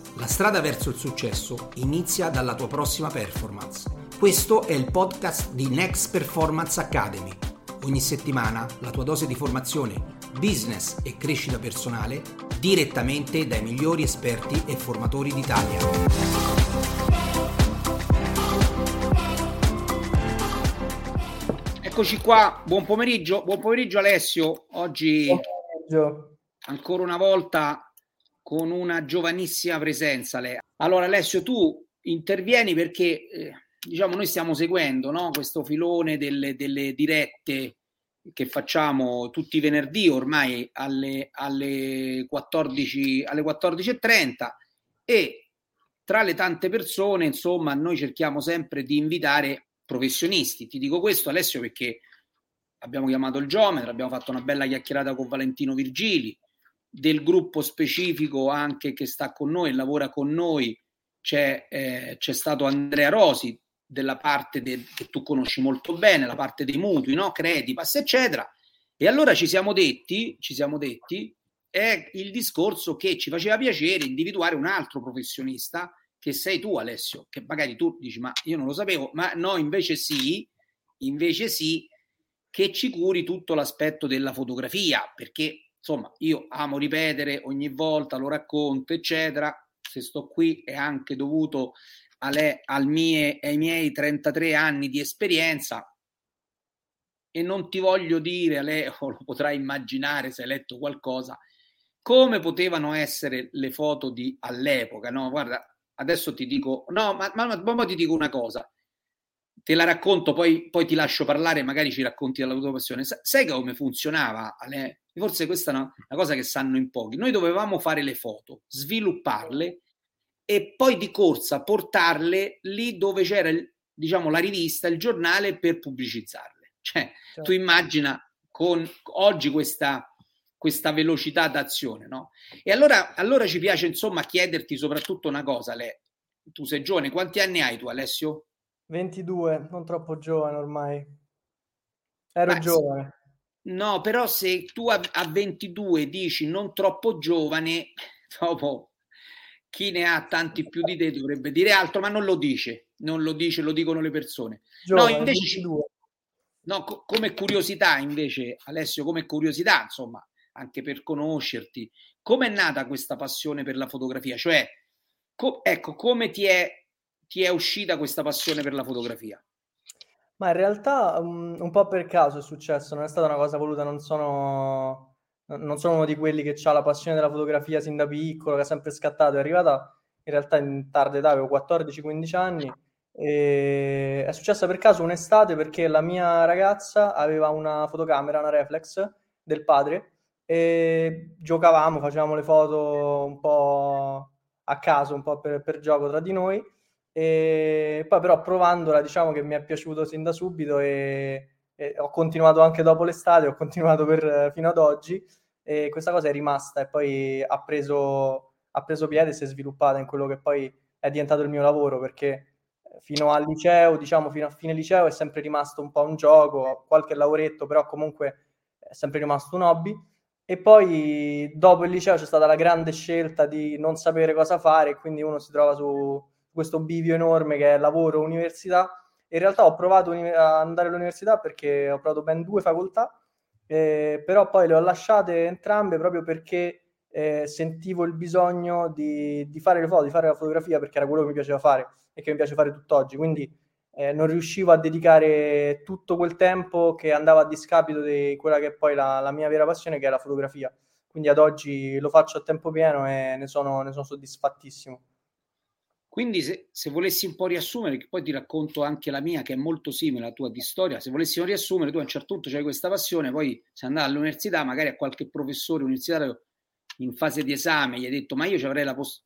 La strada verso il successo inizia dalla tua prossima performance. Questo è il podcast di Next Performance Academy. Ogni settimana la tua dose di formazione, business e crescita personale direttamente dai migliori esperti e formatori d'Italia. Eccoci qua, buon pomeriggio Alessio. Oggi ancora una volta con una giovanissima presenza. Allora Alessio, tu intervieni perché noi stiamo seguendo, no, questo filone delle dirette che facciamo tutti i venerdì ormai alle 14:30 e tra le tante persone, insomma, noi cerchiamo sempre di invitare professionisti. Ti dico questo, Alessio, perché abbiamo chiamato il geometra, abbiamo fatto una bella chiacchierata con Valentino Virgili, del gruppo specifico anche che sta con noi, lavora con noi, c'è stato Andrea Rosi della parte che tu conosci molto bene, la parte dei mutui, no? Credipass, eccetera. E allora ci siamo detti è il discorso che ci faceva piacere individuare un altro professionista, che sei tu, Alessio, che magari tu dici ma io non lo sapevo, ma no, invece sì, che ci curi tutto l'aspetto della fotografia, perché insomma io amo ripetere ogni volta, lo racconto, eccetera. Se sto qui è anche dovuto ai miei 33 anni di esperienza, e non ti voglio dire, Ale, o lo potrai immaginare se hai letto qualcosa, come potevano essere le foto all'epoca, no? Guarda, adesso ti dico, no, ma ti dico una cosa, te la racconto, poi ti lascio parlare, magari ci racconti della tua passione. Sai come funzionava, Ale? Forse questa è una cosa che sanno in pochi. Noi dovevamo fare le foto, svilupparle e poi di corsa portarle lì dove c'era la rivista, il giornale, per pubblicizzarle. Cioè, certo. Tu immagina con oggi questa velocità d'azione, no? E allora ci piace insomma chiederti soprattutto una cosa, Ale. Tu sei giovane, quanti anni hai tu, Alessio? 22, non troppo giovane ormai. Ero giovane. No, però se tu a 22 dici non troppo giovane, dopo chi ne ha tanti più di te dovrebbe dire altro, ma non lo dice, lo dicono le persone. Giovane, no, invece 22. No, come curiosità invece, Alessio, come curiosità, insomma, anche per conoscerti, come è nata questa passione per la fotografia? Cioè, come ti è uscita questa passione per la fotografia? Ma in realtà un po' per caso è successo, non è stata una cosa voluta, non sono uno di quelli che ha la passione della fotografia sin da piccolo, che ha sempre scattato. È arrivata in realtà in tarda età, avevo 14-15 anni, e è successa per caso un'estate perché la mia ragazza aveva una fotocamera, una reflex del padre, e giocavamo, facevamo le foto un po' a caso, un po' per gioco tra di noi. E poi però provandola, diciamo che mi è piaciuto sin da subito e ho continuato anche dopo l'estate, ho continuato fino ad oggi, e questa cosa è rimasta e poi ha preso piede e si è sviluppata in quello che poi è diventato il mio lavoro, perché fino al liceo, diciamo fino a fine liceo, è sempre rimasto un po' un gioco, qualche lavoretto, però comunque è sempre rimasto un hobby. E poi dopo il liceo c'è stata la grande scelta di non sapere cosa fare, quindi uno si trova su questo bivio enorme che è lavoro, università. In realtà ho provato a andare all'università perché ho provato ben 2 facoltà, però poi le ho lasciate entrambe proprio perché sentivo il bisogno di fare le foto, di fare la fotografia, perché era quello che mi piaceva fare e che mi piace fare tutt'oggi, quindi non riuscivo a dedicare tutto quel tempo che andava a discapito di quella che è poi la mia vera passione, che è la fotografia. Quindi ad oggi lo faccio a tempo pieno e ne sono soddisfattissimo. Quindi se volessi un po' riassumere, che poi ti racconto anche la mia, che è molto simile alla tua di storia, se volessimo riassumere, tu a un certo punto c'hai questa passione, poi sei andato all'università, magari a qualche professore universitario in fase di esame gli hai detto ma io ci avrei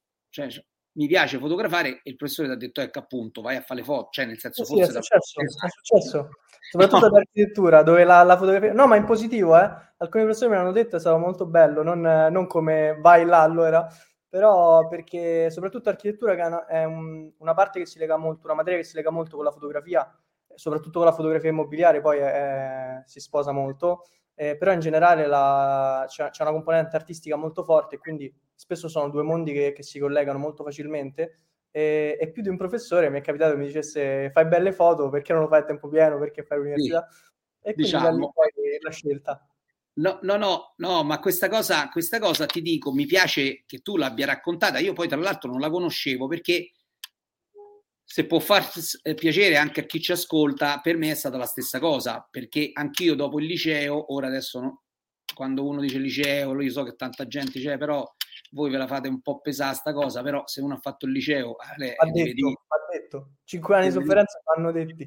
mi piace fotografare, e il professore ti ha detto ecco appunto vai a fare le foto, cioè nel senso sì, forse è successo soprattutto all'architettura dove la fotografia, no, ma in positivo, alcuni professori me l'hanno detto, è stato molto bello, non come vai là allora, però perché soprattutto architettura che è una parte che si lega molto, una materia che si lega molto con la fotografia, soprattutto con la fotografia immobiliare, poi si sposa molto, però in generale c'è una componente artistica molto forte, quindi spesso sono due mondi che si collegano molto facilmente, e più di un professore mi è capitato che mi dicesse fai belle foto, perché non lo fai a tempo pieno, perché fai Sì, l'università? E quindi da lì diciamo. poi la scelta. No, no, no, no, ma questa cosa ti dico, mi piace che tu l'abbia raccontata. Io poi, tra l'altro, non la conoscevo perché, se può far piacere anche a chi ci ascolta, per me è stata la stessa cosa. Perché anch'io, dopo il liceo, ora adesso no, quando uno dice liceo, io so che tanta gente c'è, però voi ve la fate un po' pesare sta cosa. Però, se uno ha fatto il liceo, Ha deve dire. detto, ha detto. 5 anni di sofferenza vanno detti.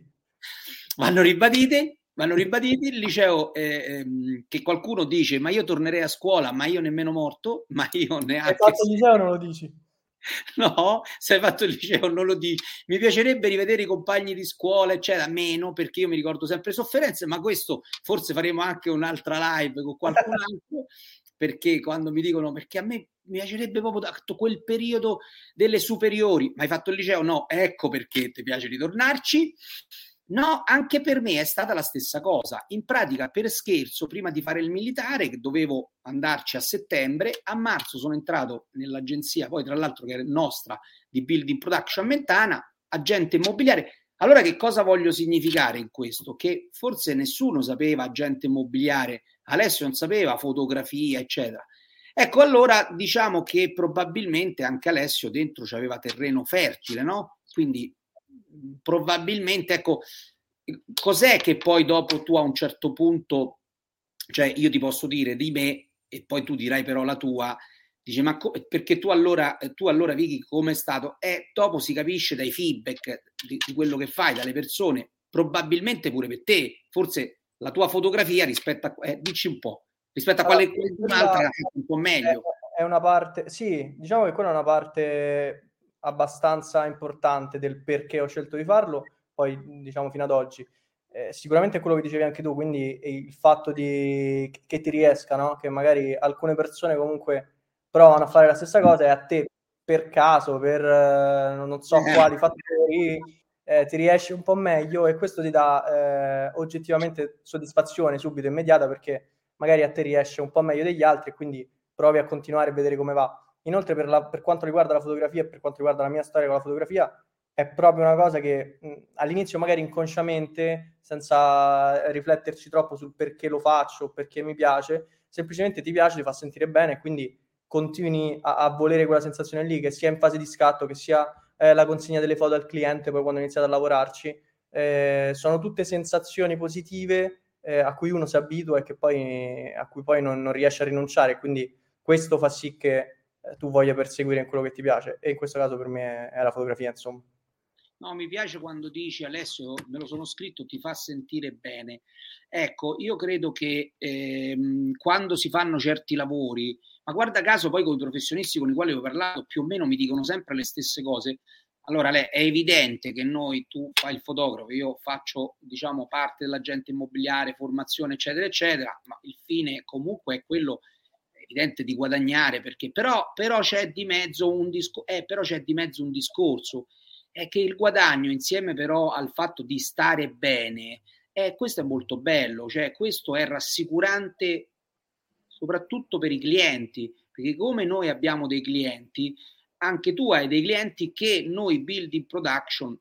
Vanno ribaditi il liceo, che qualcuno dice ma io tornerei a scuola, ma io nemmeno morto, ma io Hai neanche fatto il se... liceo, non lo dici? No, se hai fatto il liceo non lo dici. Mi piacerebbe rivedere i compagni di scuola, eccetera, meno, perché io mi ricordo sempre sofferenze, ma questo forse faremo anche un'altra live con qualcun altro, perché quando mi dicono, perché a me mi piacerebbe proprio dato quel periodo delle superiori, ma hai fatto il liceo? No, ecco perché ti piace ritornarci. No, anche per me è stata la stessa cosa. In pratica, per scherzo, prima di fare il militare, che dovevo andarci a settembre, a marzo sono entrato nell'agenzia, poi tra l'altro che era nostra, di Building Production Mentana, agente immobiliare. Allora che cosa voglio significare in questo? Che forse nessuno sapeva agente immobiliare, Alessio non sapeva fotografia, eccetera. Ecco, allora diciamo che probabilmente anche Alessio dentro c'aveva terreno fertile, no? Quindi probabilmente, ecco, cos'è che poi dopo tu a un certo punto, cioè io ti posso dire di me e poi tu dirai però la tua, dice ma perché tu allora Vicky come è stato? Dopo si capisce dai feedback di quello che fai, dalle persone, probabilmente pure per te, forse la tua fotografia rispetto a, dici un po', rispetto a Allora, qualcun'altra l'ha fatto un po' meglio. è una parte, sì, diciamo che quella è una parte abbastanza importante del perché ho scelto di farlo, poi diciamo fino ad oggi. Sicuramente è quello che dicevi anche tu, quindi il fatto che ti riesca, no? Che magari alcune persone comunque provano a fare la stessa cosa e a te per caso, per non so quali fattori, ti riesce un po' meglio, e questo ti dà oggettivamente soddisfazione subito, immediata, perché magari a te riesce un po' meglio degli altri e quindi provi a continuare a vedere come va. Inoltre per quanto riguarda la fotografia e per quanto riguarda la mia storia con la fotografia, è proprio una cosa che all'inizio magari inconsciamente, senza rifletterci troppo sul perché lo faccio, perché mi piace, semplicemente ti piace, ti fa sentire bene e quindi continui a volere quella sensazione lì, che sia in fase di scatto, che sia la consegna delle foto al cliente poi quando iniziate a lavorarci. Sono tutte sensazioni positive a cui uno si abitua e a cui poi non riesce a rinunciare. Quindi questo fa sì che tu voglia perseguire quello che ti piace. E in questo caso per me è la fotografia, insomma. No, mi piace quando dici Alessio, me lo sono scritto, ti fa sentire bene. Ecco, io credo che quando si fanno certi lavori, ma guarda caso poi con i professionisti con i quali ho parlato, più o meno mi dicono sempre le stesse cose. Allora, è evidente che tu fai il fotografo, io faccio, diciamo, parte dell'agente immobiliare, formazione, eccetera, eccetera, ma il fine comunque è quello evidente di guadagnare, perché però c'è di mezzo però c'è di mezzo un discorso è che il guadagno insieme però al fatto di stare bene, questo è molto bello, cioè questo è rassicurante soprattutto per i clienti, perché come noi abbiamo dei clienti, anche tu hai dei clienti che noi Building Production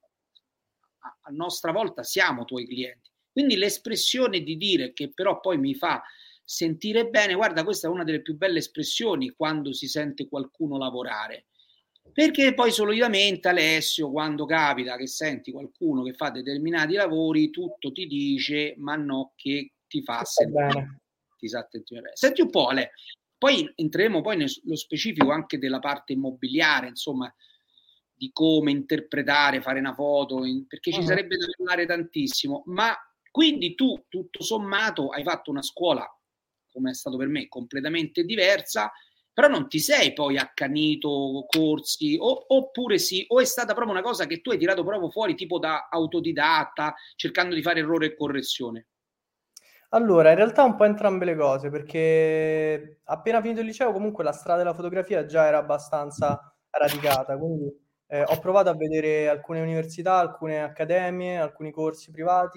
a nostra volta siamo tuoi clienti. Quindi l'espressione di dire che però poi mi fa sentire bene, guarda, questa è una delle più belle espressioni quando si sente qualcuno lavorare. Perché poi solitamente Alessio, quando capita che senti qualcuno che fa determinati lavori, tutto ti dice, ma no, che ti fa Sta sentire. bene. Ti sa sentire bene. Senti un po', Ale, poi entreremo poi nello specifico anche della parte immobiliare, insomma, di come interpretare, fare una foto, perché ci Mhm. sarebbe da parlare tantissimo. Ma quindi tu, tutto sommato, hai fatto una scuola, come è stato per me, completamente diversa, però non ti sei poi accanito corsi, oppure sì, o è stata proprio una cosa che tu hai tirato proprio fuori tipo da autodidatta, cercando di fare errore e correzione. Allora, in realtà un po' entrambe le cose, perché appena finito il liceo comunque la strada della fotografia già era abbastanza radicata, quindi ho provato a vedere alcune università, alcune accademie, alcuni corsi privati,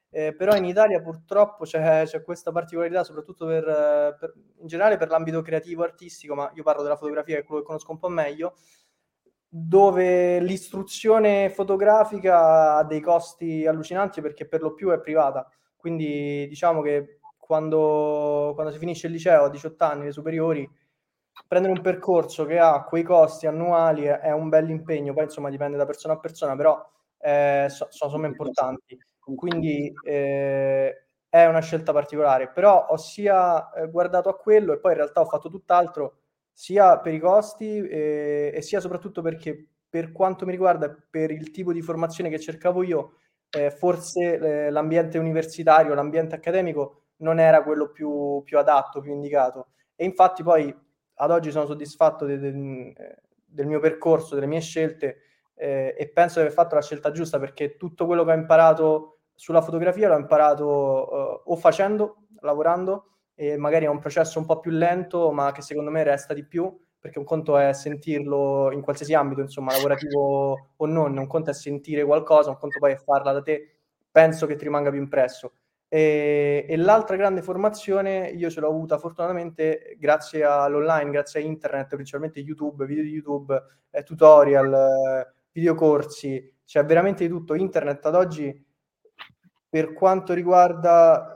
però in Italia purtroppo c'è questa particolarità, soprattutto in generale per l'ambito creativo artistico, ma io parlo della fotografia, che è quello che conosco un po' meglio, dove l'istruzione fotografica ha dei costi allucinanti perché per lo più è privata. Quindi diciamo che quando si finisce il liceo a 18 anni, le superiori, prendere un percorso che ha quei costi annuali è un bel impegno, poi insomma dipende da persona a persona, però sono somme importanti. Quindi è una scelta particolare, però ho sia guardato a quello e poi in realtà ho fatto tutt'altro, sia per i costi e sia soprattutto perché per quanto mi riguarda, per il tipo di formazione che cercavo io, forse l'ambiente universitario, l'ambiente accademico non era quello più adatto, più indicato. E infatti poi ad oggi sono soddisfatto del mio percorso, delle mie scelte e penso di aver fatto la scelta giusta perché tutto quello che ho imparato sulla fotografia l'ho imparato o facendo, lavorando, e magari è un processo un po' più lento, ma che secondo me resta di più, perché un conto è sentirlo in qualsiasi ambito, insomma, lavorativo o non, un conto è sentire qualcosa, un conto poi è farla da te, penso che ti rimanga più impresso. E l'altra grande formazione io ce l'ho avuta fortunatamente grazie all'online, grazie a internet, principalmente YouTube, video di YouTube, tutorial, videocorsi, c'è veramente di tutto. Internet ad oggi, per quanto riguarda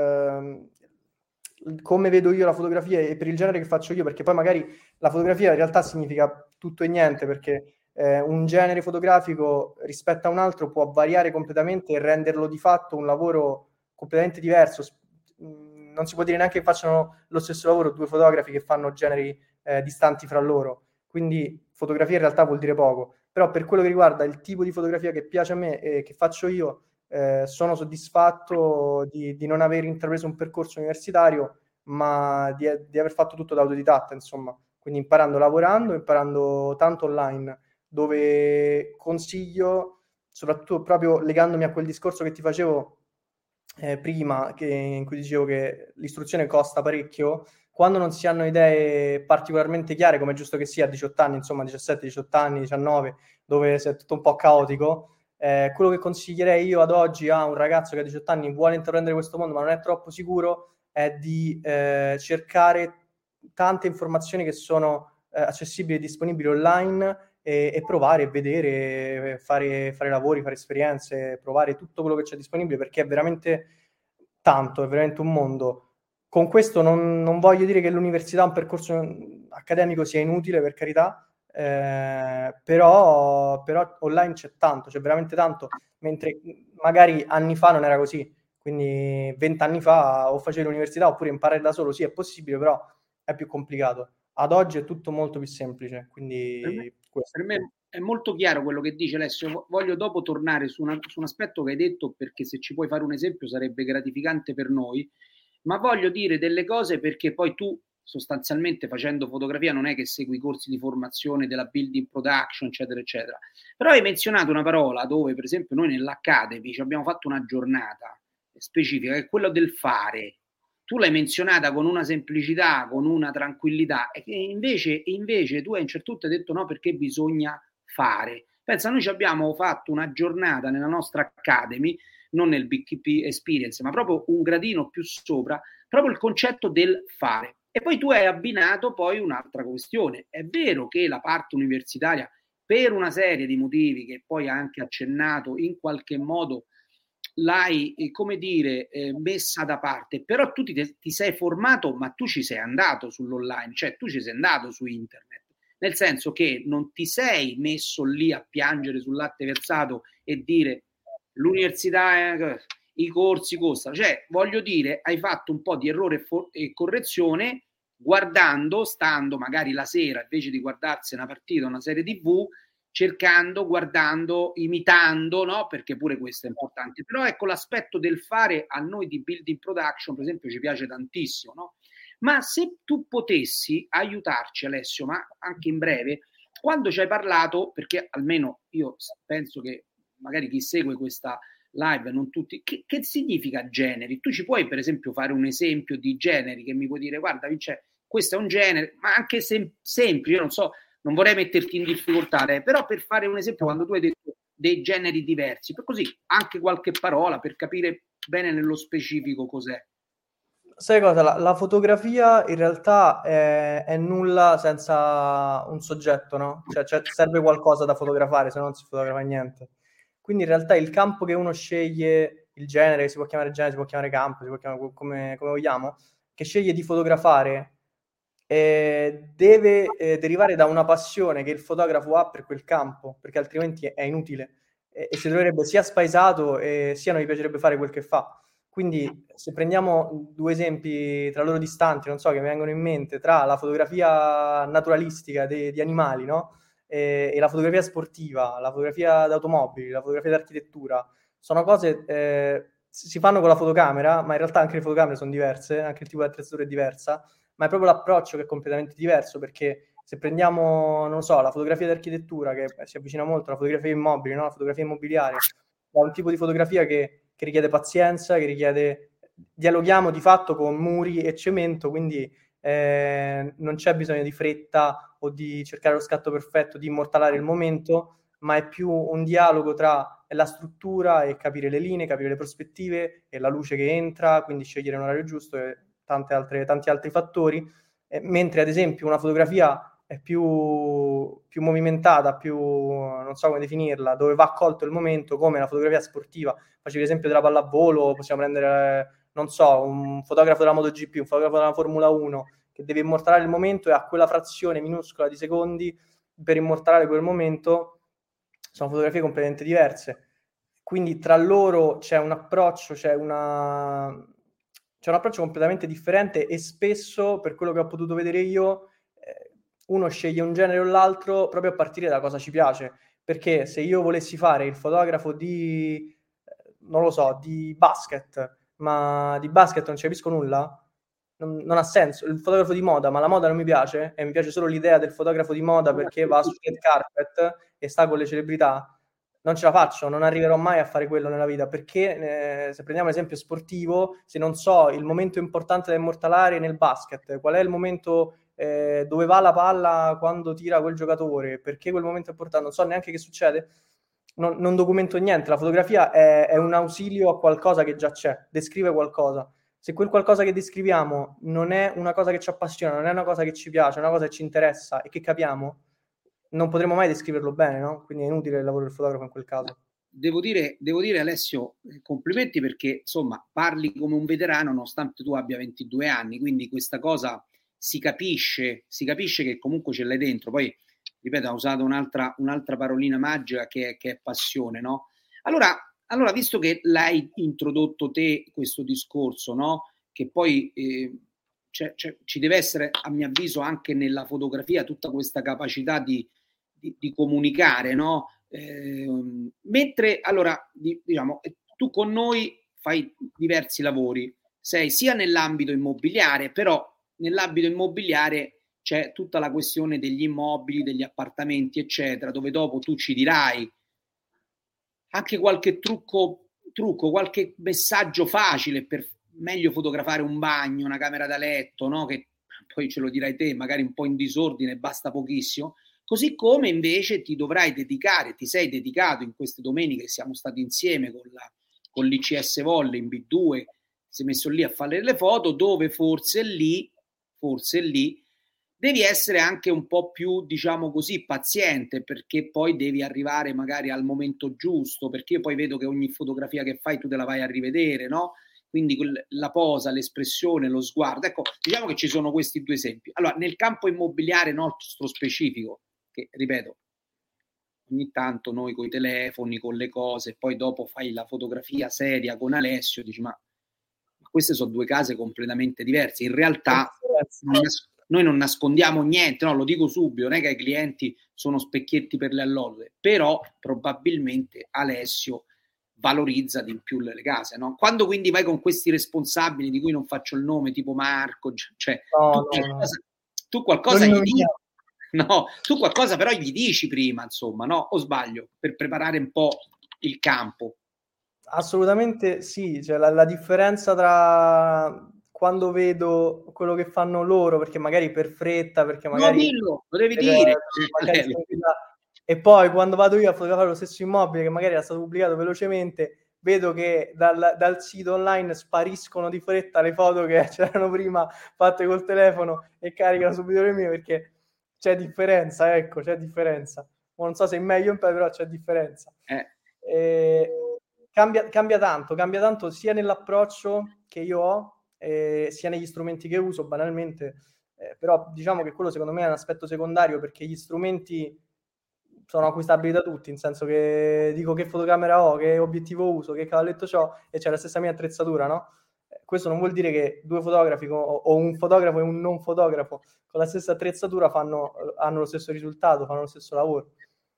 come vedo io la fotografia e per il genere che faccio io, perché poi magari la fotografia in realtà significa tutto e niente, perché un genere fotografico rispetto a un altro può variare completamente e renderlo di fatto un lavoro completamente diverso. Non si può dire neanche che facciano lo stesso lavoro due fotografi che fanno generi distanti fra loro. Quindi fotografia in realtà vuol dire poco. Però per quello che riguarda il tipo di fotografia che piace a me e che faccio io, sono soddisfatto di non aver intrapreso un percorso universitario, ma di aver fatto tutto da autodidatta, insomma. Quindi imparando lavorando, imparando tanto online, dove consiglio, soprattutto proprio legandomi a quel discorso che ti facevo prima, in cui dicevo che l'istruzione costa parecchio, quando non si hanno idee particolarmente chiare, come è giusto che sia a 18 anni, insomma 17, 18 anni, 19, dove è tutto un po' caotico, quello che consiglierei io ad oggi a un ragazzo che a 18 anni vuole intraprendere questo mondo ma non è troppo sicuro, è di cercare tante informazioni che sono accessibili e disponibili online e provare, vedere, fare lavori, fare esperienze, provare tutto quello che c'è disponibile perché è veramente tanto, è veramente un mondo. Con questo non voglio dire che l'università, un percorso accademico sia inutile, per carità, però online c'è tanto, c'è veramente tanto, mentre magari anni fa non era così, quindi 20 anni fa o facevi l'università oppure imparare da solo, sì è possibile, però è più complicato. Ad oggi è tutto molto più semplice, quindi questo. Per me è molto chiaro quello che dice Alessio. Voglio dopo tornare su un aspetto che hai detto, perché se ci puoi fare un esempio sarebbe gratificante per noi, ma voglio dire delle cose perché poi tu sostanzialmente facendo fotografia non è che segui i corsi di formazione della building production, eccetera, eccetera. Però hai menzionato una parola dove, per esempio, noi nell'Academy ci abbiamo fatto una giornata specifica, che è quella del fare. Tu l'hai menzionata con una semplicità, con una tranquillità, e invece tu a un certo punto hai detto no perché bisogna fare. Pensa, noi ci abbiamo fatto una giornata nella nostra Academy, non nel BKP Experience, ma proprio un gradino più sopra, proprio il concetto del fare. E poi tu hai abbinato poi un'altra questione. È vero che la parte universitaria, per una serie di motivi che poi ha anche accennato, in qualche modo l'hai, come dire, messa da parte, però tu ti sei formato, ma tu ci sei andato sull'online, cioè tu ci sei andato su internet, nel senso che non ti sei messo lì a piangere sul latte versato e dire l'università, i corsi costano, cioè voglio dire, hai fatto un po' di errore e correzione guardando, stando magari la sera invece di guardarsi una partita, una serie TV, cercando, guardando, imitando, no? Perché pure questo è importante. Però ecco l'aspetto del fare a noi di building production, per esempio, ci piace tantissimo, no? Ma se tu potessi aiutarci, Alessio, ma anche in breve, quando ci hai parlato, perché almeno io penso che magari chi segue questa live, non tutti, che significa generi? Tu ci puoi, per esempio, fare un esempio di generi che mi puoi dire, guarda, Vince, questo è un genere, ma anche semplice, io non so, non vorrei metterti in difficoltà, però per fare un esempio, quando tu hai detto dei generi diversi, per così anche qualche parola per capire bene nello specifico cos'è. Sai cosa? La fotografia in realtà è nulla senza un soggetto, no? Cioè, serve qualcosa da fotografare, se no non si fotografa niente. Quindi in realtà il campo che uno sceglie, il genere, che si può chiamare genere, si può chiamare campo, si può chiamare come vogliamo, che sceglie di fotografare, deve derivare da una passione che il fotografo ha per quel campo, perché altrimenti è inutile e si troverebbe sia spaesato sia non gli piacerebbe fare quel che fa. Quindi se prendiamo due esempi tra loro distanti, non so, che mi vengono in mente, tra la fotografia naturalistica di animali, no? E la fotografia sportiva, la fotografia d'automobili, la fotografia d'architettura, sono cose si fanno con la fotocamera, ma in realtà anche le fotocamere sono diverse, anche il tipo di attrezzatura è diversa, ma è proprio l'approccio che è completamente diverso, perché se prendiamo, non so, la fotografia d'architettura, che si avvicina molto alla fotografia immobile, no? La fotografia immobiliare, è un tipo di fotografia che richiede pazienza, che richiede... Dialoghiamo di fatto con muri e cemento, quindi non c'è bisogno di fretta o di cercare lo scatto perfetto, di immortalare il momento, ma è più un dialogo tra la struttura e capire le linee, capire le prospettive e la luce che entra, quindi scegliere un orario giusto e tanti altri fattori, mentre ad esempio una fotografia è più movimentata, più non so come definirla, dove va colto il momento, come la fotografia sportiva. Facevi l'esempio della pallavolo, possiamo prendere, non so, un fotografo della MotoGP, un fotografo della Formula 1, che deve immortalare il momento e ha quella frazione minuscola di secondi per immortalare quel momento. Sono fotografie completamente diverse. Quindi tra loro c'è un approccio, c'è un approccio completamente differente e spesso, per quello che ho potuto vedere io, uno sceglie un genere o l'altro proprio a partire da cosa ci piace. Perché se io volessi fare il fotografo di, non lo so, di basket, ma di basket non ci capisco nulla, non ha senso. Il fotografo di moda, ma la moda non mi piace e mi piace solo l'idea del fotografo di moda perché va sul red carpet e sta con le celebrità. Non ce la faccio, non arriverò mai a fare quello nella vita perché se prendiamo l'esempio sportivo, se non so il momento importante da immortalare nel basket, qual è il momento dove va la palla quando tira quel giocatore, perché quel momento è importante, non so neanche che succede, non documento niente, la fotografia è un ausilio a qualcosa che già c'è, descrive qualcosa. Se quel qualcosa che descriviamo non è una cosa che ci appassiona, non è una cosa che ci piace, è una cosa che ci interessa e che capiamo, non potremo mai descriverlo bene, no? Quindi è inutile il lavoro del fotografo in quel caso. Devo dire Alessio, complimenti perché insomma parli come un veterano nonostante tu abbia 22 anni, quindi questa cosa si capisce che comunque ce l'hai dentro. Poi, ripeto, ha usato un'altra parolina magica che è passione, no? Allora, visto che l'hai introdotto te questo discorso, no? Che poi ci deve essere, a mio avviso, anche nella fotografia tutta questa capacità di comunicare, no? Mentre allora diciamo tu con noi fai diversi lavori, sei sia nell'ambito immobiliare, però nell'ambito immobiliare c'è tutta la questione degli immobili, degli appartamenti, eccetera, dove dopo tu ci dirai anche qualche trucco, qualche messaggio facile per meglio fotografare un bagno, una camera da letto, no? Che poi ce lo dirai te, magari un po' in disordine, basta pochissimo. Così come invece ti dovrai dedicare, ti sei dedicato in queste domeniche che siamo stati insieme con l'ICS Volley in B2, si è messo lì a fare le foto, dove forse lì devi essere anche un po' più, diciamo così, paziente, perché poi devi arrivare magari al momento giusto, perché io poi vedo che ogni fotografia che fai tu te la vai a rivedere, no? Quindi la posa, l'espressione, lo sguardo. Ecco, diciamo che ci sono questi due esempi. Allora, nel campo immobiliare nostro specifico, che ripeto, ogni tanto noi con i telefoni, con le cose, poi dopo fai la fotografia seria con Alessio, dici ma queste sono due case completamente diverse. In realtà noi non nascondiamo niente, no, lo dico subito, non è che ai clienti sono specchietti per le allodole, però probabilmente Alessio valorizza di più le case, no? Quando quindi vai con questi responsabili di cui non faccio il nome, tipo Marco, cioè tu qualcosa gli dici, no, tu qualcosa però gli dici prima, insomma, no? O sbaglio, per preparare un po' il campo. Assolutamente sì, cioè la differenza tra quando vedo quello che fanno loro, perché magari per fretta, perché magari... No, dillo, lo devi dire. E poi quando vado io a fotografare lo stesso immobile che magari era stato pubblicato velocemente, vedo che dal sito online spariscono di fretta le foto che c'erano prima fatte col telefono e caricano subito le mie, perché c'è differenza, ecco, c'è differenza. Non so se è meglio o peggio, però c'è differenza. Cambia tanto sia nell'approccio che io ho, sia negli strumenti che uso, banalmente. Però diciamo che quello secondo me è un aspetto secondario, perché gli strumenti sono acquistabili da tutti, in senso che dico che fotocamera ho, che obiettivo uso, che cavalletto ho, e c'è la stessa mia attrezzatura, no? Questo non vuol dire che due fotografi o un fotografo e un non fotografo con la stessa attrezzatura hanno lo stesso risultato, fanno lo stesso lavoro.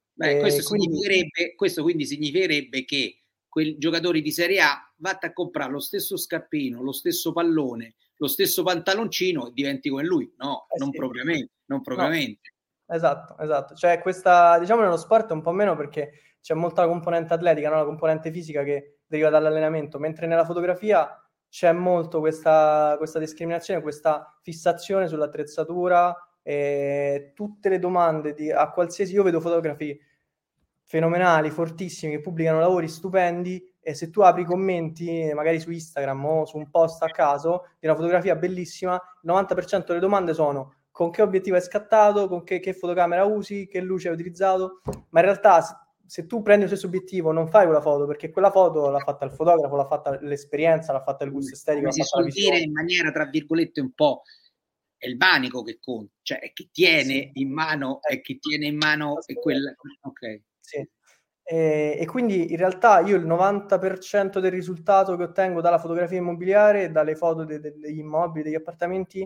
Questo quindi significherebbe che quei giocatori di Serie A vatte a comprare lo stesso scarpino, lo stesso pallone, lo stesso pantaloncino e diventi come lui. No, non sì. propriamente. Non propriamente. No. Esatto. Cioè questa, diciamo, nello sport è un po' meno, perché c'è molta componente atletica, no? La componente fisica che deriva dall'allenamento, mentre nella fotografia c'è molto questa discriminazione, questa fissazione sull'attrezzatura, e tutte le domande a qualsiasi... Io vedo fotografi fenomenali, fortissimi, che pubblicano lavori stupendi, e se tu apri i commenti, magari su Instagram o su un post a caso di una fotografia bellissima, il 90% delle domande sono: con che obiettivo è scattato, con che fotocamera usi, che luce hai utilizzato. Ma in realtà se tu prendi lo stesso obiettivo non fai quella foto, perché quella foto l'ha fatta il fotografo, l'ha fatta l'esperienza, l'ha fatta il gusto estetico, come si suol dire in maniera tra virgolette un po', è il manico che conta, cioè è chi tiene in mano, è chi tiene in mano è quella. Ok. Sì. E quindi in realtà io il 90% del risultato che ottengo dalla fotografia immobiliare, dalle foto degli immobili, degli appartamenti,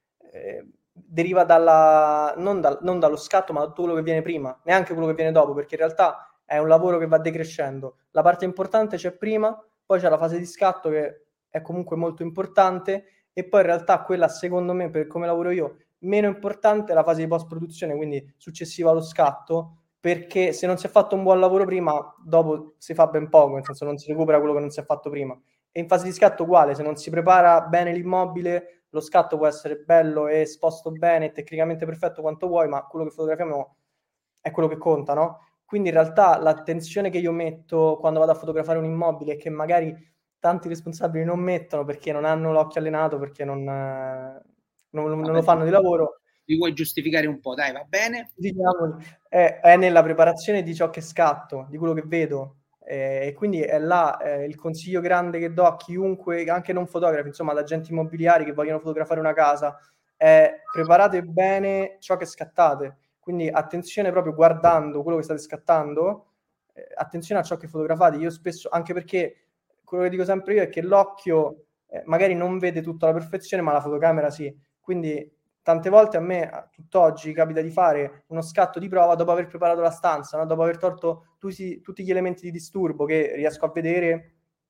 deriva non dallo scatto, ma da tutto quello che viene prima, neanche quello che viene dopo, perché in realtà è un lavoro che va decrescendo. La parte importante c'è prima, poi c'è la fase di scatto che è comunque molto importante, e poi in realtà quella, secondo me, per come lavoro io, meno importante è la fase di post-produzione, quindi successiva allo scatto, perché se non si è fatto un buon lavoro prima, dopo si fa ben poco, nel senso non si recupera quello che non si è fatto prima. E in fase di scatto uguale, se non si prepara bene l'immobile, lo scatto può essere bello e esposto bene, tecnicamente perfetto quanto vuoi, ma quello che fotografiamo è quello che conta, no? Quindi in realtà l'attenzione che io metto quando vado a fotografare un immobile, e che magari tanti responsabili non mettono perché non hanno l'occhio allenato, perché non lo fanno di lavoro. Vi vuoi giustificare un po', dai, va bene? Diciamo, è nella preparazione di ciò che scatto, di quello che vedo, e quindi è là il consiglio grande che do a chiunque, anche non fotografi, insomma ad agenti immobiliari che vogliono fotografare una casa, è: preparate bene ciò che scattate, quindi attenzione proprio guardando quello che state scattando, attenzione a ciò che fotografate. Io spesso, anche perché quello che dico sempre io è che l'occhio magari non vede tutto alla perfezione, ma la fotocamera sì, quindi tante volte a me, tutt'oggi, capita di fare uno scatto di prova dopo aver preparato la stanza, no? Dopo aver tolto tutti gli elementi di disturbo, che riesco a vedere,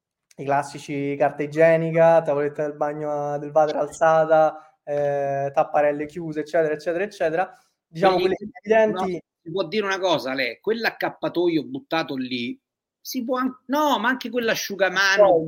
i classici: carta igienica, tavoletta del bagno del water alzata, tapparelle chiuse, eccetera. Diciamo quelli evidenti. No, si può dire una cosa, lei, quell'accappatoio buttato lì, si può no, ma anche quell'asciugamano,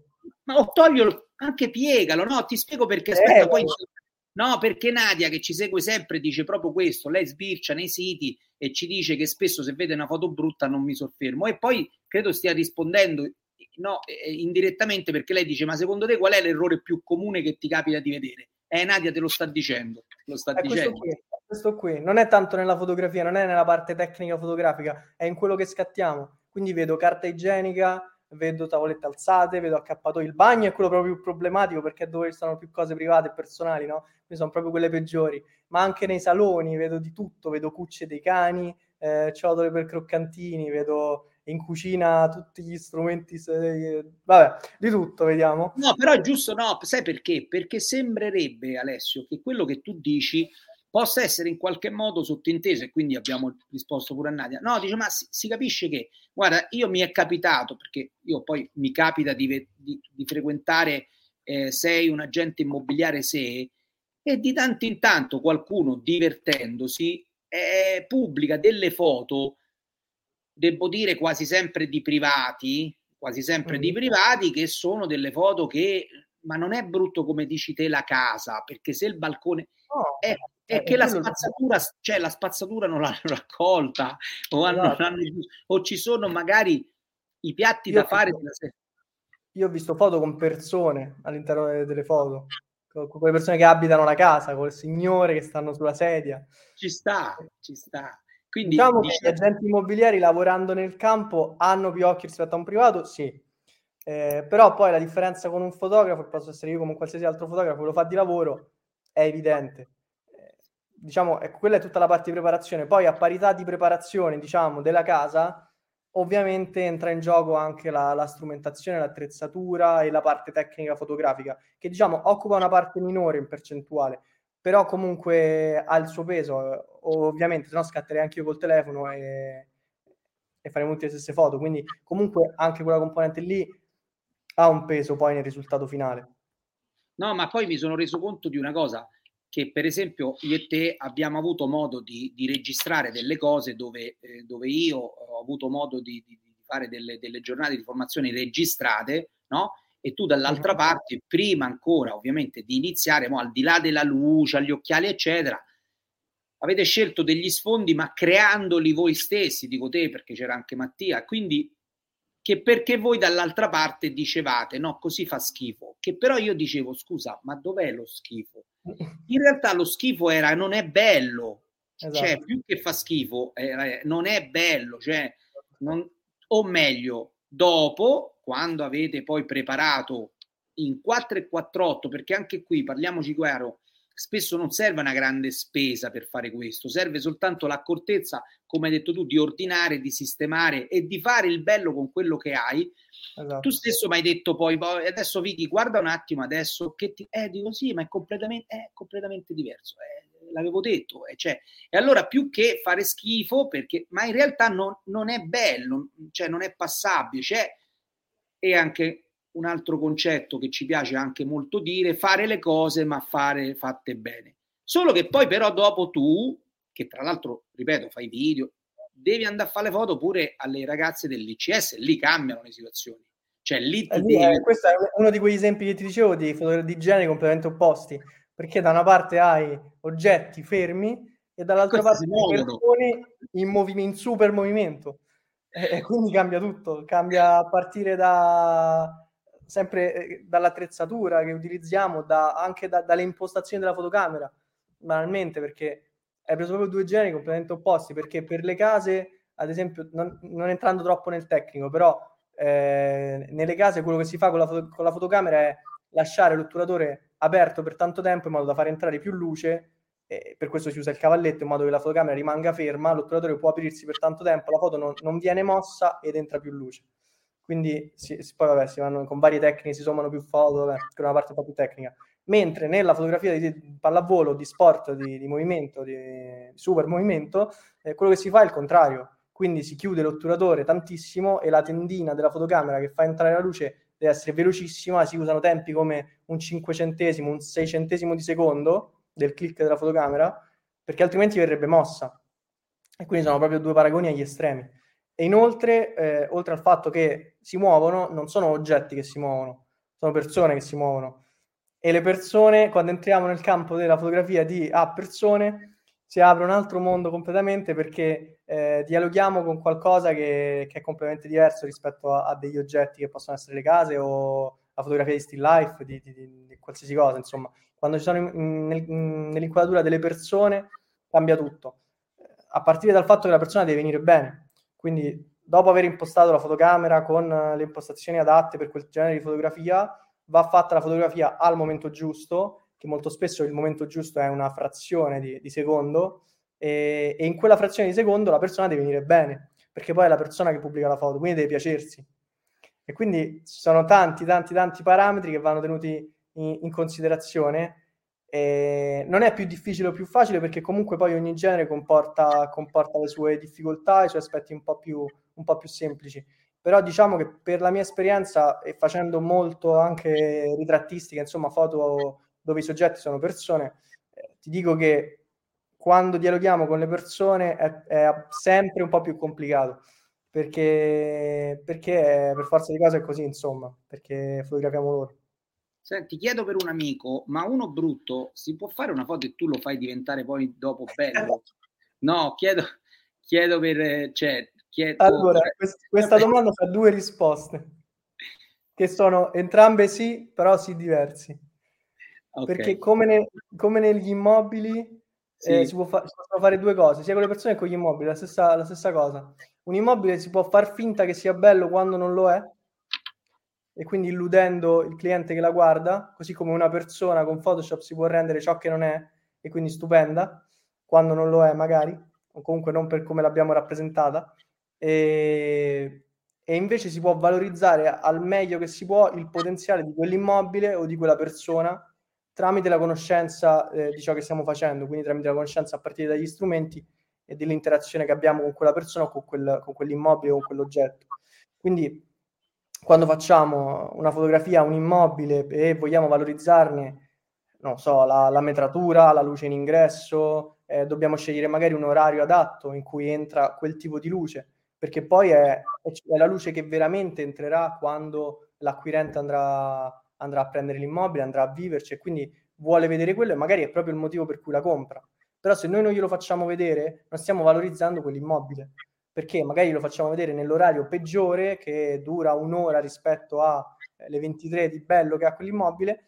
ma o toglielo, anche piegalo, no? Ti spiego perché, aspetta, poi... No, perché Nadia, che ci segue sempre, dice proprio questo. Lei sbircia nei siti e ci dice che spesso se vede una foto brutta non mi soffermo. E poi credo stia rispondendo indirettamente, perché lei dice: ma secondo te qual è l'errore più comune che ti capita di vedere? Nadia te lo sta dicendo. Lo sta dicendo. Questo qui non è tanto nella fotografia, non è nella parte tecnica fotografica, è in quello che scattiamo. Quindi vedo carta igienica, vedo tavolette alzate, vedo accappatoi. Il bagno è quello proprio più problematico, perché è dove ci sono più cose private e personali, no? Quindi sono proprio quelle peggiori. Ma anche nei saloni vedo di tutto, vedo cucce dei cani, ciotole per croccantini, vedo in cucina tutti gli strumenti, vabbè, di tutto vediamo. No, però è giusto, no, sai perché? Perché sembrerebbe, Alessio, che quello che tu dici possa essere in qualche modo sottinteso, e quindi abbiamo risposto pure a Nadia. No, dice, ma si capisce che, guarda, io mi è capitato, perché io poi mi capita di frequentare, sei un agente immobiliare se, e di tanto in tanto qualcuno, divertendosi, pubblica delle foto, devo dire quasi sempre di privati, che sono delle foto che, ma non è brutto come dici te la casa, perché se il balcone... No, è che la spazzatura, cioè la spazzatura non l'hanno raccolta, o ci sono magari i piatti Io da fare io ho visto foto con persone all'interno delle foto, con quelle persone che abitano la casa, col signore che stanno sulla sedia. ci sta, ci sta. Quindi Diciamo che gli agenti immobiliari lavorando nel campo hanno più occhi rispetto a un privato, sì. Però poi la differenza con un fotografo, che posso essere io come un qualsiasi altro fotografo che lo fa di lavoro, è evidente. Diciamo, quella è tutta la parte di preparazione. Poi a parità di preparazione, diciamo, della casa, ovviamente entra in gioco anche la strumentazione, l'attrezzatura e la parte tecnica fotografica, che diciamo occupa una parte minore in percentuale, però comunque ha il suo peso, ovviamente, se no scatterei anche io col telefono e faremo tutte le stesse foto, quindi comunque anche quella componente lì ha un peso poi nel risultato finale. No, ma poi mi sono reso conto di una cosa, che per esempio io e te abbiamo avuto modo di registrare delle cose dove io ho avuto modo di fare delle giornate di formazione registrate, no? E tu dall'altra parte, prima ancora ovviamente di iniziare, al di là della luce, agli occhiali, eccetera, avete scelto degli sfondi, ma creandoli voi stessi, dico te, perché c'era anche Mattia, quindi che perché voi dall'altra parte dicevate no, così fa schifo, che però io dicevo scusa, ma dov'è lo schifo? In realtà lo schifo era non è bello, cioè Esatto. più che fa schifo, non è bello, cioè, o meglio, dopo, quando avete poi preparato in 4 e 4/8, perché anche qui parliamoci chiaro, spesso non serve una grande spesa per fare questo, serve soltanto l'accortezza, come hai detto tu, di ordinare, di sistemare e di fare il bello con quello che hai. Esatto. Tu stesso mi hai detto poi adesso Vicky, guarda un attimo adesso che dico sì, ma è completamente diverso. L'avevo detto, cioè, e allora più che fare schifo, perché, ma in realtà non è bello, cioè non è passabile, e anche un altro concetto che ci piace anche molto dire, fare le cose ma fare fatte bene. Solo che poi però dopo tu, che tra l'altro, ripeto, fai video, devi andare a fare le foto pure alle ragazze dell'ICS, lì cambiano le situazioni. Cioè lì tu devi... Questo è uno di quegli esempi che ti dicevo di generi completamente opposti, perché da una parte hai oggetti fermi e dall'altra Queste si parte hai muovono. persone in super movimento. E quindi cambia tutto, cambia a partire sempre dall'attrezzatura che utilizziamo, anche dalle impostazioni della fotocamera, banalmente, perché hai preso proprio due generi completamente opposti, perché per le case, ad esempio, non entrando troppo nel tecnico, però nelle case quello che si fa con la fotocamera è lasciare l'otturatore aperto per tanto tempo in modo da far entrare più luce, per questo si usa il cavalletto in modo che la fotocamera rimanga ferma, l'otturatore può aprirsi per tanto tempo, la foto non viene mossa ed entra più luce. Quindi poi vabbè, si vanno con varie tecniche, si sommano più foto, vabbè, che è una parte un po' più tecnica. Mentre nella fotografia di pallavolo, di sport, di movimento, di super movimento, quello che si fa è il contrario. Quindi si chiude l'otturatore tantissimo e la tendina della fotocamera che fa entrare la luce deve essere velocissima, si usano tempi come un 5 centesimo, un 6 centesimo di secondo del click della fotocamera, perché altrimenti verrebbe mossa. E quindi sono proprio due paragoni agli estremi. E inoltre, oltre al fatto che si muovono, non sono oggetti che si muovono, sono persone che si muovono. E le persone, quando entriamo nel campo della fotografia di persone, si apre un altro mondo completamente perché dialoghiamo con qualcosa che è completamente diverso rispetto a degli oggetti che possono essere le case o la fotografia di still life, di qualsiasi cosa, insomma. Quando ci sono nell'inquadratura delle persone cambia tutto, a partire dal fatto che la persona deve venire bene. Quindi dopo aver impostato la fotocamera con le impostazioni adatte per quel genere di fotografia, va fatta la fotografia al momento giusto, che molto spesso il momento giusto è una frazione di secondo, e in quella frazione di secondo la persona deve venire bene, perché poi è la persona che pubblica la foto, quindi deve piacersi. E quindi ci sono tanti parametri che vanno tenuti in considerazione. E non è più difficile o più facile perché comunque poi ogni genere comporta le sue difficoltà, i suoi aspetti un po' più semplici. Però diciamo che per la mia esperienza e facendo molto anche ritrattistica, insomma foto dove i soggetti sono persone, ti dico che quando dialoghiamo con le persone è sempre un po' più complicato perché per forza di cose è così, insomma, perché fotografiamo loro. Senti, chiedo per un amico, ma uno brutto si può fare una foto e tu lo fai diventare poi dopo bello? No, chiedo per, cioè, Allora, questa domanda fa due risposte, che sono entrambe sì, però sì diversi. Okay. Perché come negli immobili Sì. si possono fare due cose, sia con le persone che con gli immobili, la stessa cosa. Un immobile si può far finta che sia bello quando non lo è, e quindi illudendo il cliente che la guarda, così come una persona con Photoshop si può rendere ciò che non è, e quindi stupenda, quando non lo è magari, o comunque non per come l'abbiamo rappresentata, e invece si può valorizzare al meglio che si può il potenziale di quell'immobile o di quella persona tramite la conoscenza di ciò che stiamo facendo, quindi tramite la conoscenza a partire dagli strumenti e dell'interazione che abbiamo con quella persona o con quell'immobile o con quell'oggetto. Quindi quando facciamo una fotografia a un immobile e vogliamo valorizzarne, non so, la metratura, la luce in ingresso, dobbiamo scegliere magari un orario adatto in cui entra quel tipo di luce, perché poi è la luce che veramente entrerà quando l'acquirente andrà a prendere l'immobile, andrà a viverci e quindi vuole vedere quello e magari è proprio il motivo per cui la compra. Però se noi non glielo facciamo vedere, non stiamo valorizzando quell'immobile, perché magari lo facciamo vedere nell'orario peggiore, che dura un'ora rispetto alle 23 di bello che ha quell'immobile,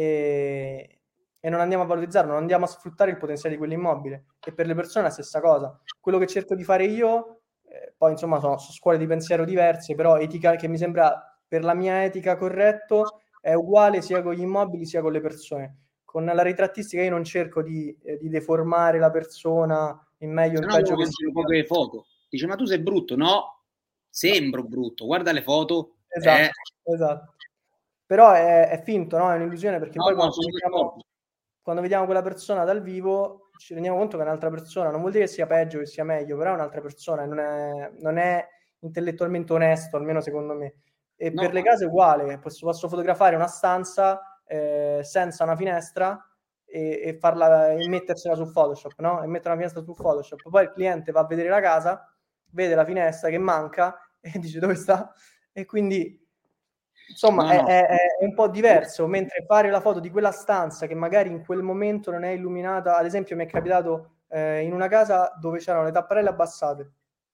e non andiamo a valorizzarlo, non andiamo a sfruttare il potenziale di quell'immobile. E per le persone è la stessa cosa. Quello che cerco di fare io, poi insomma sono scuole di pensiero diverse, però etica che mi sembra per la mia etica corretto, è uguale sia con gli immobili sia con le persone. Con la ritrattistica io non cerco di deformare la persona in meglio o in peggio che sia. Poche foto. Dice, ma tu sei brutto? No, sembro brutto. Guarda le foto. Esatto. Però è finto, no? È un'illusione, perché poi sono quando vediamo quella persona dal vivo ci rendiamo conto che è un'altra persona. Non vuol dire che sia peggio, che sia meglio, però è un'altra persona e non è intellettualmente onesto, almeno secondo me. E per le case è uguale, posso fotografare una stanza senza una finestra e farla e mettersela su Photoshop, no? E mettere una finestra su Photoshop. Poi il cliente va a vedere la casa, vede la finestra che manca e dice dove sta? E quindi insomma è un po' diverso, mentre fare la foto di quella stanza che magari in quel momento non è illuminata, ad esempio mi è capitato in una casa dove c'erano le tapparelle abbassate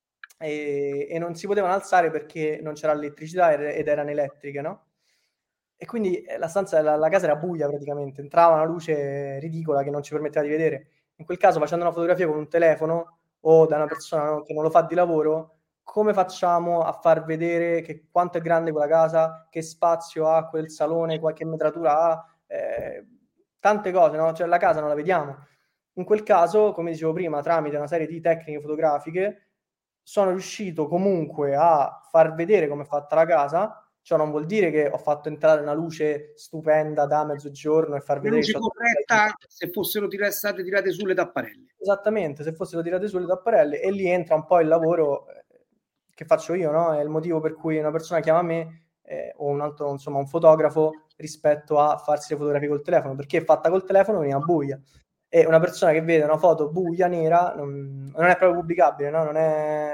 e non si potevano alzare perché non c'era elettricità ed erano elettriche, no? E quindi la stanza, la casa era buia praticamente, entrava una luce ridicola che non ci permetteva di vedere. In quel caso, facendo una fotografia con un telefono o da una persona che non lo fa di lavoro, come facciamo a far vedere che quanto è grande quella casa, che spazio ha quel salone, qualche metratura ha, tante cose, no? Cioè la casa non la vediamo. In quel caso, come dicevo prima, tramite una serie di tecniche fotografiche, sono riuscito comunque a far vedere come è fatta la casa. Ciò non vuol dire che ho fatto entrare una luce stupenda da mezzogiorno e far vedere luce corretta se fossero state tirate sulle tapparelle. Esattamente, se fossero tirate sulle tapparelle, e lì entra un po' il lavoro che faccio io, no? È il motivo per cui una persona chiama me o un altro, insomma, un fotografo rispetto a farsi le fotografie col telefono, perché fatta col telefono veniva buia. E una persona che vede una foto buia, nera, non è proprio pubblicabile, no? Non è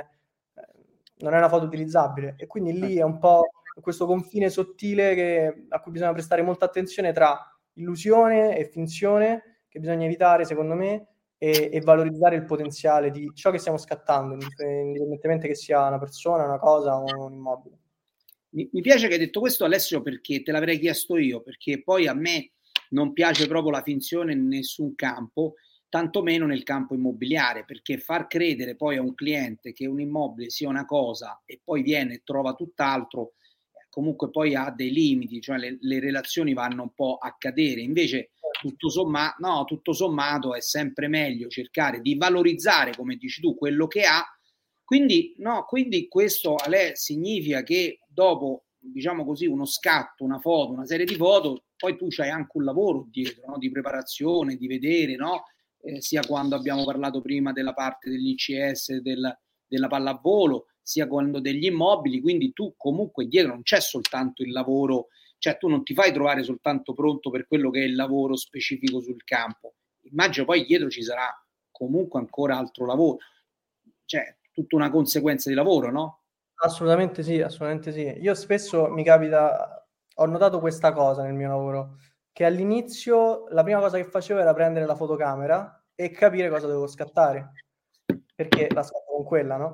una foto utilizzabile. E quindi lì è un po' questo confine sottile a cui bisogna prestare molta attenzione tra illusione e finzione, che bisogna evitare, secondo me, e valorizzare il potenziale di ciò che stiamo scattando, indipendentemente che sia una persona, una cosa o un immobile. Mi piace che hai detto questo, Alessio, perché te l'avrei chiesto io, perché poi a me non piace proprio la finzione in nessun campo, tantomeno nel campo immobiliare, perché far credere poi a un cliente che un immobile sia una cosa e poi viene e trova tutt'altro, comunque poi ha dei limiti, cioè le relazioni vanno un po' a cadere. Invece tutto sommato è sempre meglio cercare di valorizzare, come dici tu, quello che ha. Quindi questo Ale significa che dopo, diciamo così, uno scatto, una foto, una serie di foto, poi tu c'hai anche un lavoro dietro, no? Di preparazione, di vedere, no? Sia quando abbiamo parlato prima della parte dell'ICS, della pallavolo, sia quando degli immobili, quindi tu comunque dietro non c'è soltanto il lavoro, cioè tu non ti fai trovare soltanto pronto per quello che è il lavoro specifico sul campo, immagino poi dietro ci sarà comunque ancora altro lavoro, cioè tutta una conseguenza di lavoro, no? Assolutamente sì, assolutamente sì. Io spesso mi capita, ho notato questa cosa nel mio lavoro, che all'inizio la prima cosa che facevo era prendere la fotocamera e capire cosa dovevo scattare, perché la scatto con quella, no?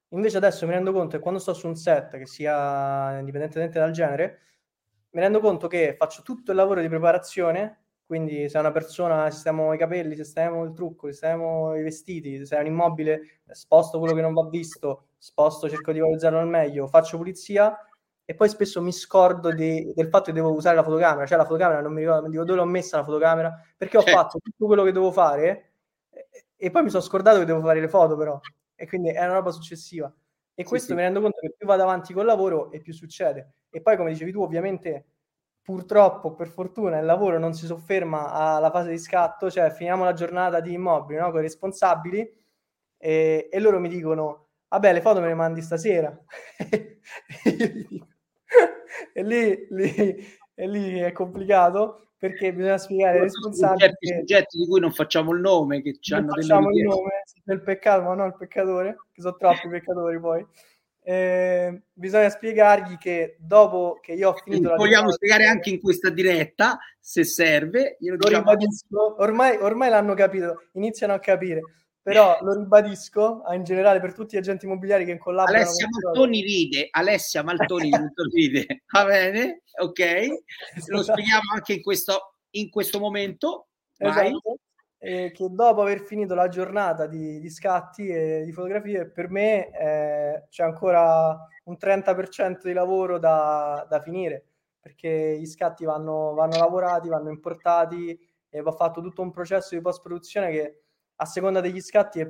Invece adesso mi rendo conto che quando sto su un set, che sia indipendentemente dal genere, mi rendo conto che faccio tutto il lavoro di preparazione, quindi se è una persona sistemo i capelli, sistemo il trucco, sistemo i vestiti, se è un immobile sposto quello che non va visto, sposto, cerco di valorizzarlo al meglio, faccio pulizia e poi spesso mi scordo del fatto che devo usare la fotocamera, cioè la fotocamera non mi ricordo, dico dove l'ho messa la fotocamera, perché ho fatto tutto quello che devo fare e poi mi sono scordato che devo fare le foto però, e quindi è una roba successiva. E Sì, questo sì. mi rendo conto che più vado avanti col lavoro e più succede. E poi, come dicevi tu, ovviamente, purtroppo, per fortuna, il lavoro non si sofferma alla fase di scatto, cioè finiamo la giornata di immobili, no, con i responsabili e loro mi dicono, vabbè, le foto me le mandi stasera. E io gli dico, e lì è complicato perché bisogna spiegare ai Soprattutto responsabili certi che soggetti di cui non facciamo il nome, che non hanno delle facciamo il richieste. nome del peccato, ma no il peccatore, che sono troppi peccatori poi. Bisogna spiegargli che dopo che io ho finito la Vogliamo giornata di spiegare lavoro, anche in questa diretta, se serve, glielo lo diciamo anche. ribadisco, ormai l'hanno capito, iniziano a capire, però lo ribadisco in generale per tutti gli agenti immobiliari che collaborano con Alessia Prodot. Maltoni ride, Alessia Maltoni ride, va bene? Ok? Lo spieghiamo anche in questo momento, vai. Esatto, che dopo aver finito la giornata di scatti e di fotografie, per me c'è ancora un 30% di lavoro da finire, perché gli scatti vanno lavorati, vanno importati e va fatto tutto un processo di post-produzione che a seconda degli scatti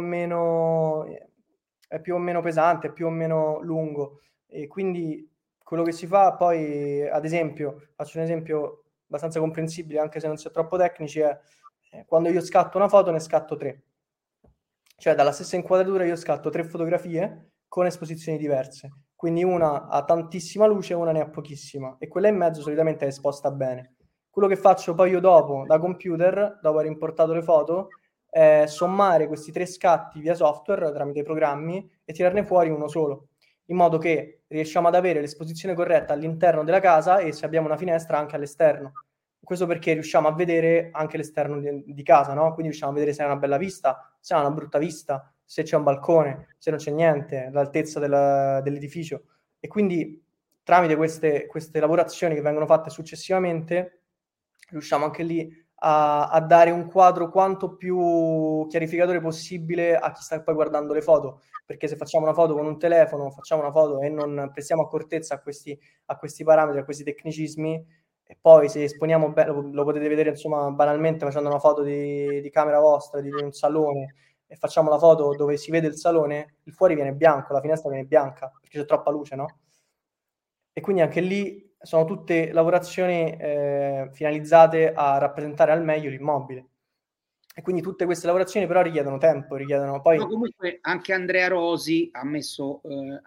è più o meno pesante, è più o meno lungo. E quindi quello che si fa poi, ad esempio, faccio un esempio abbastanza comprensibile, anche se non si è troppo tecnici, è quando io scatto una foto ne scatto tre. Cioè dalla stessa inquadratura io scatto tre fotografie con esposizioni diverse. Quindi una ha tantissima luce e una ne ha pochissima. E quella in mezzo solitamente è esposta bene. Quello che faccio poi io dopo, da computer, dopo aver importato le foto, è sommare questi tre scatti via software tramite i programmi e tirarne fuori uno solo, in modo che riusciamo ad avere l'esposizione corretta all'interno della casa e se abbiamo una finestra anche all'esterno. Questo perché riusciamo a vedere anche l'esterno di casa, no? Quindi riusciamo a vedere se è una bella vista, se è una brutta vista, se c'è un balcone, se non c'è niente, l'altezza dell'edificio. E quindi tramite queste lavorazioni che vengono fatte successivamente, riusciamo anche lì a dare un quadro quanto più chiarificatore possibile a chi sta poi guardando le foto, perché se facciamo una foto con un telefono, facciamo una foto e non prestiamo accortezza a questi parametri, a questi tecnicismi, e poi se esponiamo bene, lo potete vedere insomma banalmente facendo una foto di camera vostra, di un salone, e facciamo la foto dove si vede il salone, il fuori viene bianco, la finestra viene bianca, perché c'è troppa luce, no? E quindi anche lì sono tutte lavorazioni finalizzate a rappresentare al meglio l'immobile. E quindi tutte queste lavorazioni però richiedono tempo, richiedono poi... No, comunque anche Andrea Rosi ha messo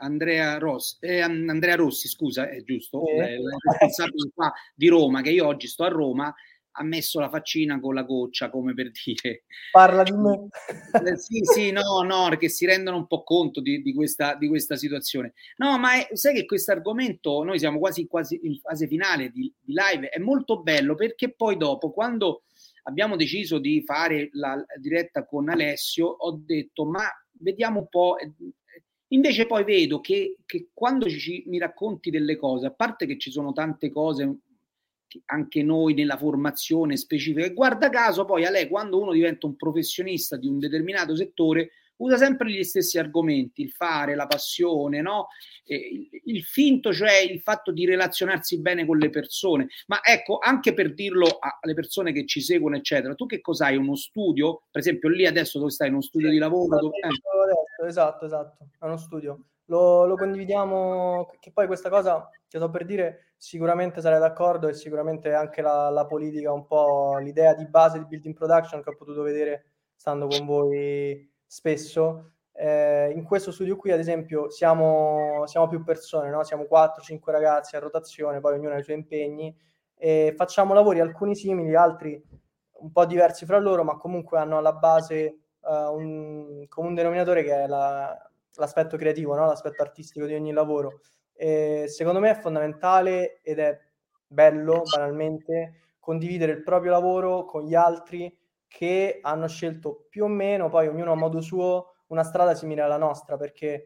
Andrea Rossi, scusa, è giusto, il responsabile qua di Roma, che io oggi sto a Roma, ha messo la faccina con la goccia, come per dire. Parla di me. Sì, sì, no, no, perché si rendono un po' conto di questa situazione. No, ma sai che questo argomento, noi siamo quasi in fase finale di live, è molto bello perché poi dopo, quando abbiamo deciso di fare la diretta con Alessio, ho detto, ma vediamo un po'. Invece poi vedo che quando mi racconti delle cose, a parte che ci sono tante cose anche noi nella formazione specifica, e guarda caso poi a lei quando uno diventa un professionista di un determinato settore usa sempre gli stessi argomenti, il fare, la passione, no? Il finto, cioè il fatto di relazionarsi bene con le persone. Ma ecco, anche per dirlo alle persone che ci seguono, eccetera, tu che cos'hai? Uno studio? Per esempio lì adesso dove stai? In uno studio Sì, di lavoro? adesso, esatto, è uno studio. Lo condividiamo, che poi questa cosa, che sto per dire, sicuramente sarei d'accordo e sicuramente anche la politica, un po' l'idea di base di Building Production che ho potuto vedere stando con voi spesso. In questo studio qui, ad esempio, siamo più persone, no? Siamo 4-5 ragazzi a rotazione, poi ognuno ha i suoi impegni e facciamo lavori alcuni simili, altri un po' diversi fra loro, ma comunque hanno alla base un comune denominatore che è l'aspetto creativo, no? L'aspetto artistico di ogni lavoro. E secondo me è fondamentale ed è bello, banalmente, condividere il proprio lavoro con gli altri che hanno scelto più o meno, poi ognuno a modo suo, una strada simile alla nostra, perché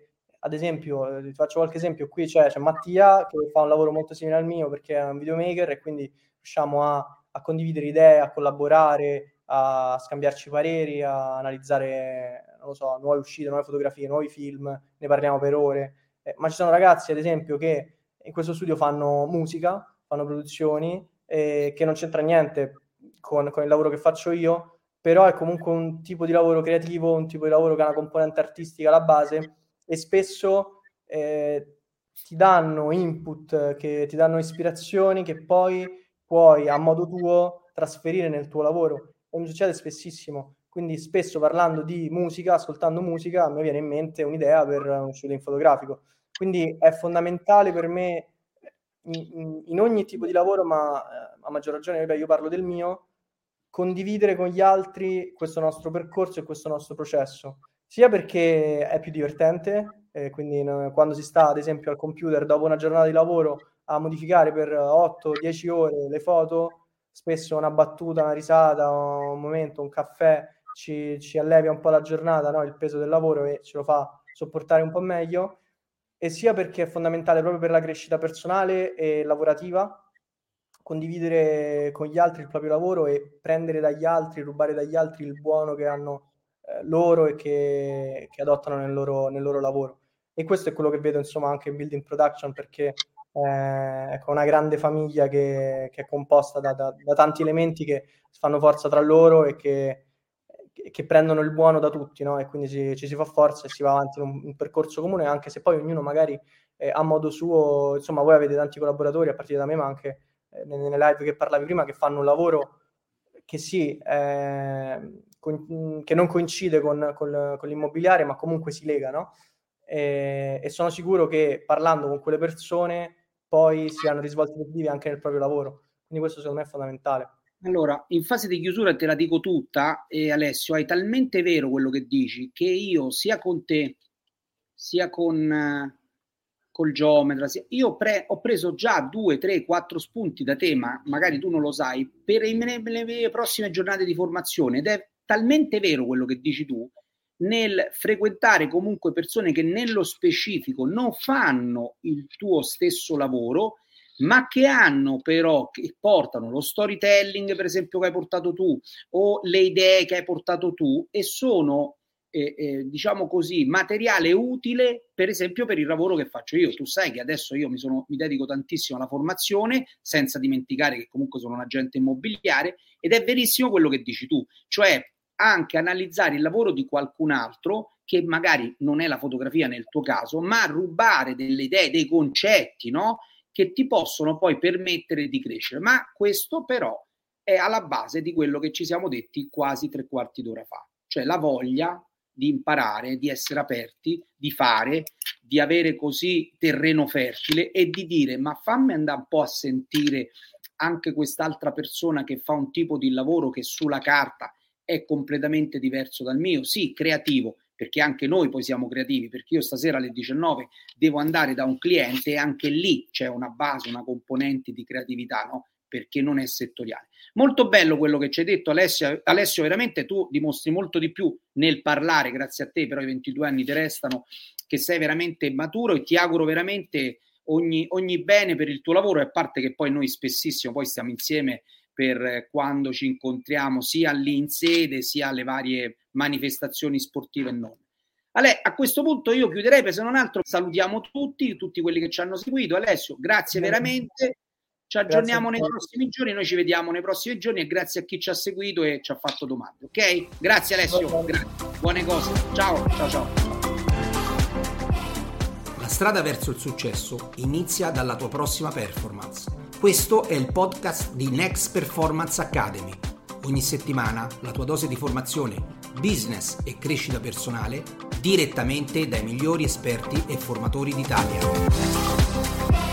ad esempio, ti faccio qualche esempio, qui c'è Mattia che fa un lavoro molto simile al mio perché è un videomaker e quindi riusciamo a condividere idee, a collaborare, a scambiarci pareri, a analizzare, non lo so, nuove uscite, nuove fotografie, nuovi film, ne parliamo per ore. Ma ci sono ragazzi, ad esempio, che in questo studio fanno musica, fanno produzioni, che non c'entra niente con il lavoro che faccio io, però è comunque un tipo di lavoro creativo, un tipo di lavoro che ha una componente artistica alla base e spesso ti danno input, che ti danno ispirazioni che poi puoi a modo tuo trasferire nel tuo lavoro. E mi succede spessissimo. Quindi spesso parlando di musica, ascoltando musica, a me viene in mente un'idea per un shooting fotografico. Quindi è fondamentale per me in ogni tipo di lavoro, ma a maggior ragione io parlo del mio, condividere con gli altri questo nostro percorso e questo nostro processo, sia perché è più divertente, quindi quando si sta ad esempio al computer dopo una giornata di lavoro a modificare per 8-10 ore le foto, spesso una battuta, una risata, un momento, un caffè ci allevia un po' la giornata, no? Il peso del lavoro e ce lo fa sopportare un po' meglio, e sia perché è fondamentale proprio per la crescita personale e lavorativa condividere con gli altri il proprio lavoro e prendere dagli altri, rubare dagli altri il buono che hanno loro e che adottano nel loro lavoro. E questo è quello che vedo insomma anche in Building Production, perché ecco, una grande famiglia che è composta da tanti elementi che fanno forza tra loro e che prendono il buono da tutti, no? E quindi ci si fa forza e si va avanti in un percorso comune, anche se poi ognuno magari a modo suo, insomma voi avete tanti collaboratori a partire da me, ma anche nelle live che parlavi prima, che fanno un lavoro che sì, che non coincide con l'immobiliare, ma comunque si lega, no? E sono sicuro che parlando con quelle persone poi si hanno risvolti positivi anche nel proprio lavoro. Quindi questo secondo me è fondamentale. Allora, in fase di chiusura te la dico tutta, Alessio, hai talmente vero quello che dici, che io sia con te, sia col geometra, io ho preso già 2, 3, 4 spunti da te, ma magari tu non lo sai, per le prossime giornate di formazione, ed è talmente vero quello che dici tu, nel frequentare comunque persone che nello specifico non fanno il tuo stesso lavoro, ma che hanno però, che portano lo storytelling per esempio che hai portato tu o le idee che hai portato tu e sono diciamo così materiale utile per esempio per il lavoro che faccio io. Tu sai che adesso io mi dedico tantissimo alla formazione, senza dimenticare che comunque sono un agente immobiliare, ed è verissimo quello che dici tu, cioè anche analizzare il lavoro di qualcun altro che magari non è la fotografia nel tuo caso, ma rubare delle idee, dei concetti, no? Che ti possono poi permettere di crescere. Ma questo però è alla base di quello che ci siamo detti quasi 3/4 d'ora fa, cioè la voglia di imparare, di essere aperti, di fare, di avere così terreno fertile e di dire ma fammi andare un po' a sentire anche quest'altra persona che fa un tipo di lavoro che sulla carta è completamente diverso dal mio, sì, creativo, perché anche noi poi siamo creativi, perché io stasera alle 19 devo andare da un cliente e anche lì c'è una base, una componente di creatività, no? Perché non è settoriale. Molto bello quello che ci hai detto, Alessio, veramente tu dimostri molto di più nel parlare, grazie a te, però i 22 anni ti restano, che sei veramente maturo e ti auguro veramente ogni bene per il tuo lavoro, e a parte che poi noi spessissimo poi stiamo insieme per quando ci incontriamo sia lì in sede sia alle varie manifestazioni sportive e non. A questo punto io chiuderei, per se non altro salutiamo tutti quelli che ci hanno seguito. Alessio, grazie veramente, ci aggiorniamo nei prossimi giorni, noi ci vediamo nei prossimi giorni e grazie a chi ci ha seguito e ci ha fatto domande, ok? Grazie Alessio, grazie. Buone cose, ciao. La strada verso il successo inizia dalla tua prossima performance. Questo è il podcast di Next Performance Academy. Ogni settimana la tua dose di formazione, business e crescita personale direttamente dai migliori esperti e formatori d'Italia.